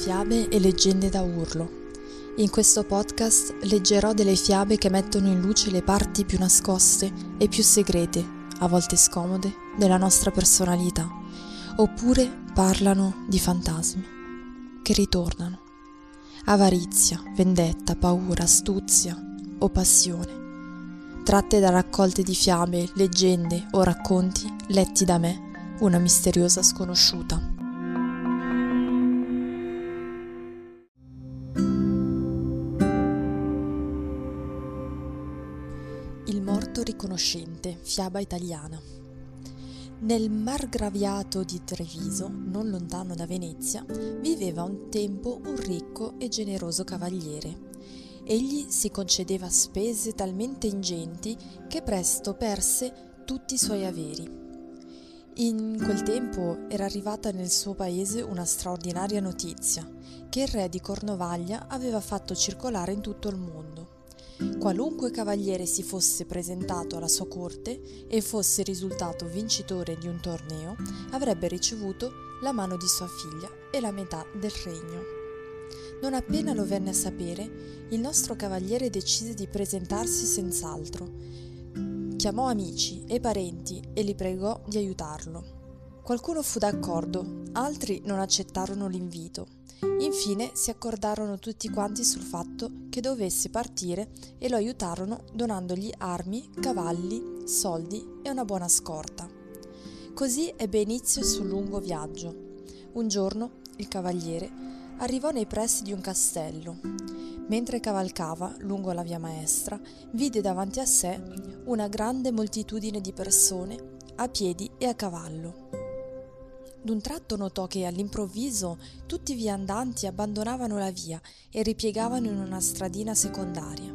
Fiabe e leggende da urlo. In questo podcast leggerò delle fiabe che mettono in luce le parti più nascoste e più segrete, a volte scomode, della nostra personalità, oppure parlano di fantasmi che ritornano. Avarizia, vendetta, paura, astuzia o passione. Tratte da raccolte di fiabe, leggende o racconti letti da me, una misteriosa sconosciuta. Il morto riconoscente, fiaba italiana. Nel margraviato di Treviso, non lontano da Venezia, viveva un tempo un ricco e generoso cavaliere. Egli si concedeva spese talmente ingenti che presto perse tutti i suoi averi. In quel tempo era arrivata nel suo paese una straordinaria notizia, che il re di Cornovaglia aveva fatto circolare in tutto il mondo. Qualunque cavaliere si fosse presentato alla sua corte e fosse risultato vincitore di un torneo, avrebbe ricevuto la mano di sua figlia e la metà del regno. Non appena lo venne a sapere, il nostro cavaliere decise di presentarsi senz'altro. Chiamò amici e parenti e li pregò di aiutarlo. Qualcuno fu d'accordo, altri non accettarono l'invito. Infine si accordarono tutti quanti sul fatto che dovesse partire e lo aiutarono donandogli armi, cavalli, soldi e una buona scorta. Così ebbe inizio il suo lungo viaggio. Un giorno il cavaliere arrivò nei pressi di un castello. Mentre cavalcava lungo la via maestra, vide davanti a sé una grande moltitudine di persone a piedi e a cavallo. D'un tratto notò che all'improvviso tutti i viandanti abbandonavano la via e ripiegavano in una stradina secondaria.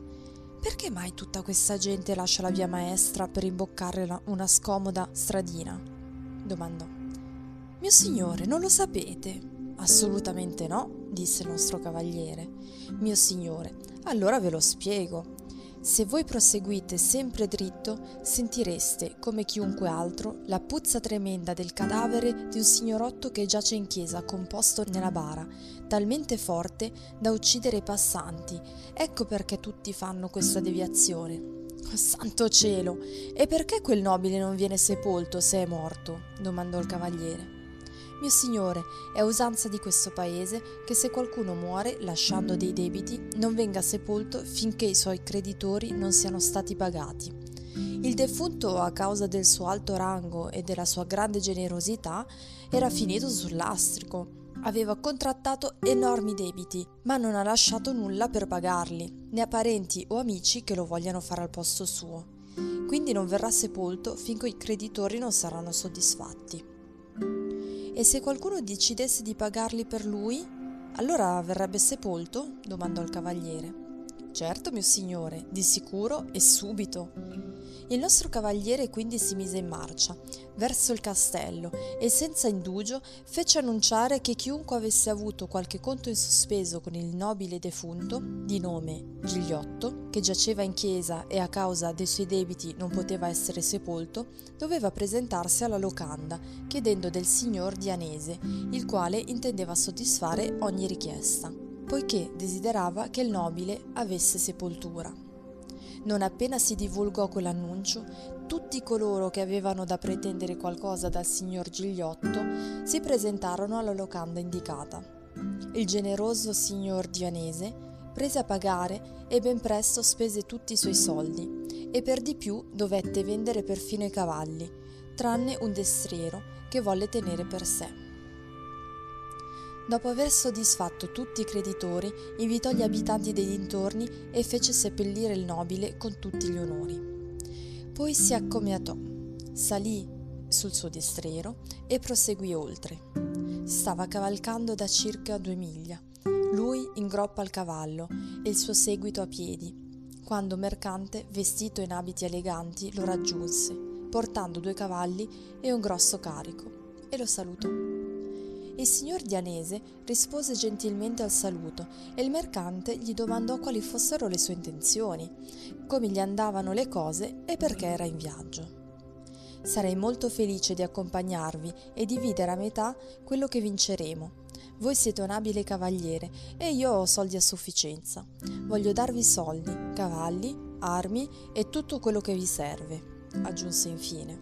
«Perché mai tutta questa gente lascia la via maestra per imboccare una scomoda stradina?» domandò. «Mio signore, non lo sapete?» «Assolutamente no», disse il nostro cavaliere. «Mio signore, allora ve lo spiego. Se voi proseguite sempre dritto, sentireste, come chiunque altro, la puzza tremenda del cadavere di un signorotto che giace in chiesa composto nella bara, talmente forte da uccidere i passanti. Ecco perché tutti fanno questa deviazione». «Oh, santo cielo! E perché quel nobile non viene sepolto se è morto?» domandò il cavaliere. «Mio signore, è usanza di questo paese che se qualcuno muore lasciando dei debiti non venga sepolto finché i suoi creditori non siano stati pagati. Il defunto, a causa del suo alto rango e della sua grande generosità, era finito sul lastrico. Aveva contrattato enormi debiti, ma non ha lasciato nulla per pagarli, né ha parenti o amici che lo vogliano fare al posto suo. Quindi non verrà sepolto finché i creditori non saranno soddisfatti». «E se qualcuno decidesse di pagarli per lui, allora verrebbe sepolto?» domandò il cavaliere. «Certo, mio signore, di sicuro e subito». Il nostro cavaliere quindi si mise in marcia verso il castello e senza indugio fece annunciare che chiunque avesse avuto qualche conto in sospeso con il nobile defunto, di nome Gigliotto, che giaceva in chiesa e a causa dei suoi debiti non poteva essere sepolto, doveva presentarsi alla locanda chiedendo del signor Dianese, il quale intendeva soddisfare ogni richiesta, poiché desiderava che il nobile avesse sepoltura. Non appena si divulgò quell'annuncio, tutti coloro che avevano da pretendere qualcosa dal signor Gigliotto si presentarono alla locanda indicata. Il generoso signor Dianese prese a pagare e ben presto spese tutti i suoi soldi e per di più dovette vendere perfino i cavalli, tranne un destriero che volle tenere per sé. Dopo aver soddisfatto tutti i creditori, invitò gli abitanti dei dintorni e fece seppellire il nobile con tutti gli onori. Poi si accomiatò, salì sul suo destriero e proseguì oltre. Stava cavalcando da circa 2 miglia, lui in groppa al cavallo e il suo seguito a piedi, quando un mercante vestito in abiti eleganti lo raggiunse, portando 2 cavalli e un grosso carico, e lo salutò. Il signor Dianese rispose gentilmente al saluto e il mercante gli domandò quali fossero le sue intenzioni, come gli andavano le cose e perché era in viaggio. «Sarei molto felice di accompagnarvi e dividere a metà quello che vinceremo, Voi siete un abile cavaliere e io ho soldi a sufficienza. Voglio darvi soldi, cavalli, armi e tutto quello che vi serve, aggiunse infine.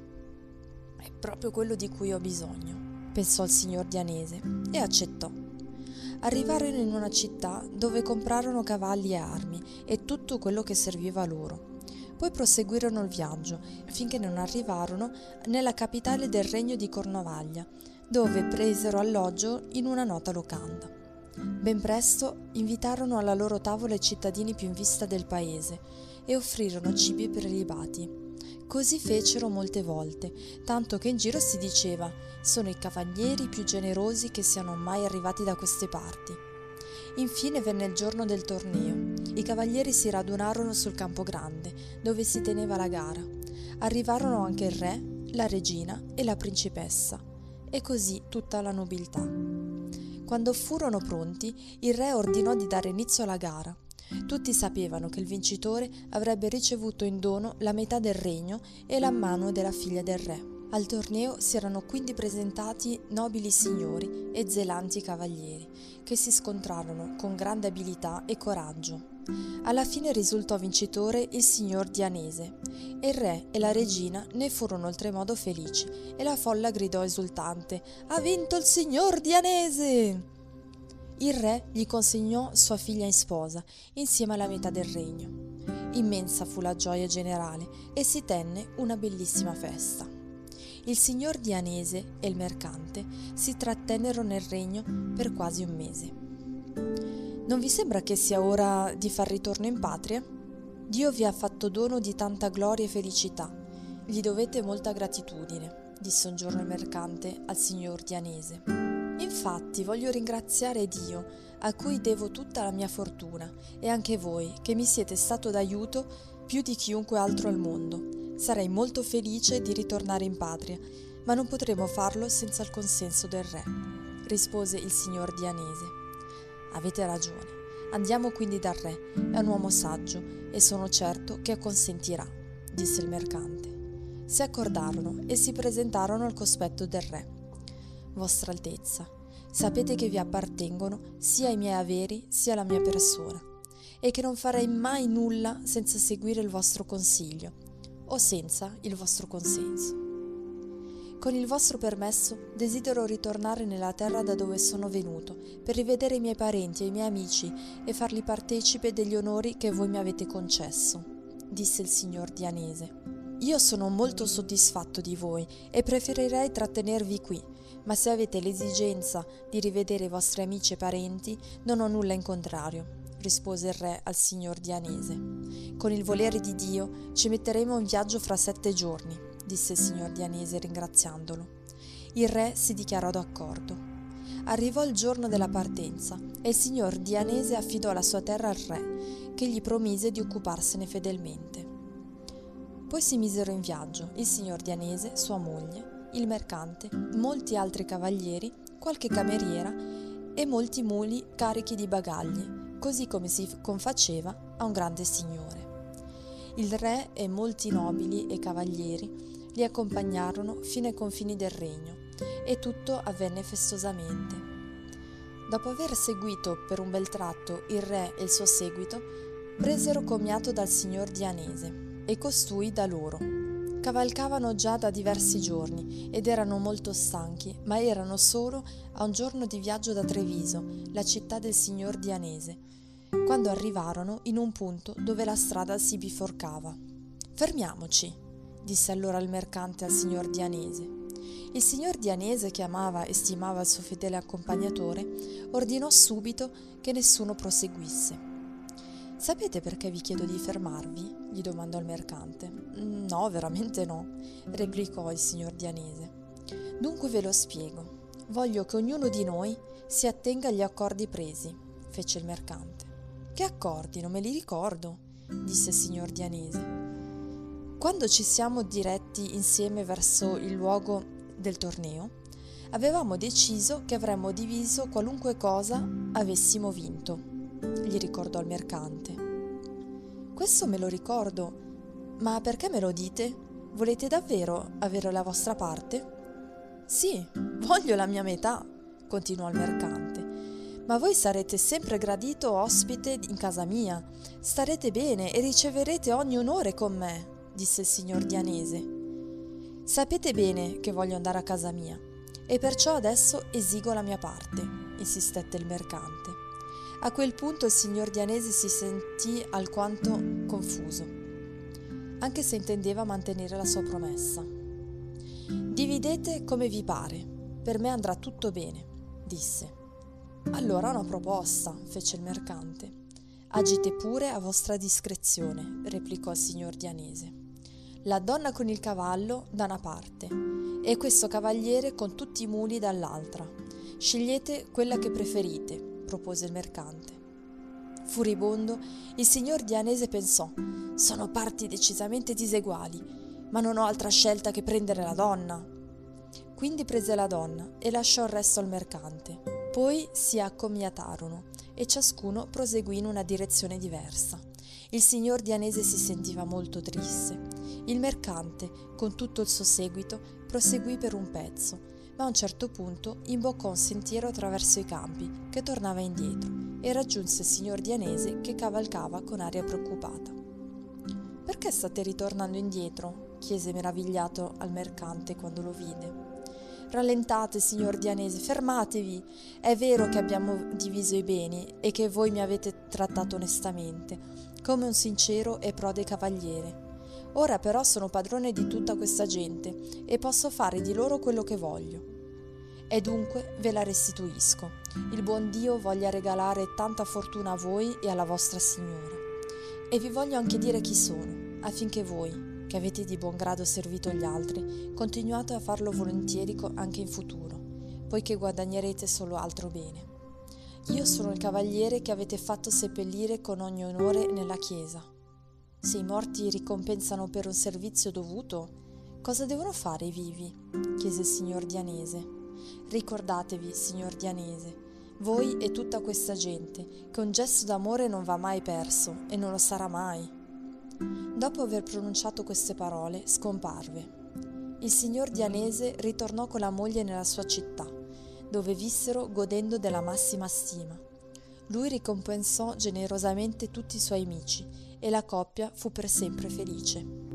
È proprio quello di cui ho bisogno, pensò il signor Dianese e accettò. Arrivarono in una città dove comprarono cavalli e armi e tutto quello che serviva loro. Poi proseguirono il viaggio finché non arrivarono nella capitale del regno di Cornovaglia, dove presero alloggio in una nota locanda. Ben presto invitarono alla loro tavola i cittadini più in vista del paese e offrirono cibi prelibati. Così fecero molte volte, tanto che in giro si diceva: sono i cavalieri più generosi che siano mai arrivati da queste parti. Infine venne il giorno del torneo. I cavalieri si radunarono sul campo grande, dove si teneva la gara. Arrivarono anche il re, la regina e la principessa, e così tutta la nobiltà. Quando furono pronti, il re ordinò di dare inizio alla gara. Tutti sapevano che il vincitore avrebbe ricevuto in dono la metà del regno e la mano della figlia del re. Al torneo si erano quindi presentati nobili signori e zelanti cavalieri, che si scontrarono con grande abilità e coraggio. Alla fine risultò vincitore il signor Dianese, e il re e la regina ne furono oltremodo felici, e la folla gridò esultante: «Ha vinto il signor Dianese!» Il re gli consegnò sua figlia in sposa, insieme alla metà del regno. Immensa fu la gioia generale e si tenne una bellissima festa. Il signor Dianese e il mercante si trattennero nel regno per quasi un mese. «Non vi sembra che sia ora di far ritorno in patria? Dio vi ha fatto dono di tanta gloria e felicità. Gli dovete molta gratitudine», disse un giorno il mercante al signor Dianese. «Infatti voglio ringraziare Dio, a cui devo tutta la mia fortuna, e anche voi, che mi siete stato d'aiuto più di chiunque altro al mondo. Sarei molto felice di ritornare in patria, ma non potremo farlo senza il consenso del re», rispose il signor Dianese. «Avete ragione. Andiamo quindi dal re. È un uomo saggio e sono certo che consentirà», disse il mercante. Si accordarono e si presentarono al cospetto del re. «Vostra Altezza, sapete che vi appartengono sia i miei averi sia la mia persona, e che non farei mai nulla senza seguire il vostro consiglio o senza il vostro consenso. Con il vostro permesso desidero ritornare nella terra da dove sono venuto per rivedere i miei parenti e i miei amici e farli partecipe degli onori che voi mi avete concesso», disse il signor Dianese. «Io sono molto soddisfatto di voi e preferirei trattenervi qui, ma se avete l'esigenza di rivedere i vostri amici e parenti, non ho nulla in contrario», rispose il re al signor Dianese. «Con il volere di Dio ci metteremo in viaggio fra 7 giorni», disse il signor Dianese ringraziandolo. Il re si dichiarò d'accordo. Arrivò il giorno della partenza e il signor Dianese affidò la sua terra al re, che gli promise di occuparsene fedelmente. Poi si misero in viaggio il signor Dianese, sua moglie, il mercante, molti altri cavalieri, qualche cameriera e molti muli carichi di bagagli, così come si confaceva a un grande signore. Il re e molti nobili e cavalieri li accompagnarono fino ai confini del regno e tutto avvenne festosamente. Dopo aver seguito per un bel tratto il re e il suo seguito, presero commiato dal signor Dianese e costui da loro. Cavalcavano già da diversi giorni ed erano molto stanchi, ma erano solo a un giorno di viaggio da Treviso, la città del signor Dianese, quando arrivarono in un punto dove la strada si biforcava. «Fermiamoci», disse allora il mercante al signor Dianese. Il signor Dianese, che amava e stimava il suo fedele accompagnatore, ordinò subito che nessuno proseguisse. «Sapete perché vi chiedo di fermarvi?» gli domandò il mercante. «No, veramente no», replicò il signor Dianese. «Dunque ve lo spiego. Voglio che ognuno di noi si attenga agli accordi presi», fece il mercante. «Che accordi? Non me li ricordo», disse il signor Dianese. «Quando ci siamo diretti insieme verso il luogo del torneo, avevamo deciso che avremmo diviso qualunque cosa avessimo vinto», gli ricordò il mercante. «Questo me lo ricordo, ma perché me lo dite? Volete davvero avere la vostra parte?» «Sì, voglio la mia metà», continuò il mercante. Ma voi sarete sempre gradito ospite in casa mia, starete bene e riceverete ogni onore con me, disse il signor Dianese. Sapete bene che voglio andare a casa mia e perciò adesso esigo la mia parte, insistette il mercante. A quel punto il signor Dianese si sentì alquanto confuso, anche se intendeva mantenere la sua promessa. Dividete come vi pare, per me andrà tutto bene, disse. Allora una proposta, fece il mercante. Agite pure a vostra discrezione, replicò il signor Dianese. La donna con il cavallo da una parte e questo cavaliere con tutti i muli dall'altra. Scegliete quella che preferite, propose il mercante. Furibondo, il signor Dianese pensò: sono parti decisamente diseguali, ma non ho altra scelta che prendere la donna. Quindi prese la donna e lasciò il resto al mercante. Poi si accomiatarono e ciascuno proseguì in una direzione diversa. Il signor Dianese si sentiva molto triste. Il mercante, con tutto il suo seguito, proseguì per un pezzo, ma a un certo punto imboccò un sentiero attraverso i campi che tornava indietro e raggiunse il signor Dianese che cavalcava con aria preoccupata. «Perché state ritornando indietro?» chiese meravigliato al mercante quando lo vide. «Rallentate, signor Dianese, fermatevi! È vero che abbiamo diviso i beni e che voi mi avete trattato onestamente, come un sincero e prode cavaliere. Ora però sono padrone di tutta questa gente e posso fare di loro quello che voglio. E dunque ve la restituisco. Il buon Dio voglia regalare tanta fortuna a voi e alla vostra signora. E vi voglio anche dire chi sono, affinché voi, che avete di buon grado servito gli altri, continuate a farlo volentieri anche in futuro, poiché guadagnerete solo altro bene. Io sono il cavaliere che avete fatto seppellire con ogni onore nella chiesa. Se i morti ricompensano per un servizio dovuto, cosa devono fare i vivi? Chiese il signor Dianese. Ricordatevi, signor Dianese, voi e tutta questa gente, che un gesto d'amore non va mai perso e non lo sarà mai. Dopo aver pronunciato queste parole, scomparve. Il signor Dianese ritornò con la moglie nella sua città, dove vissero godendo della massima stima. Lui ricompensò generosamente tutti i suoi amici e la coppia fu per sempre felice.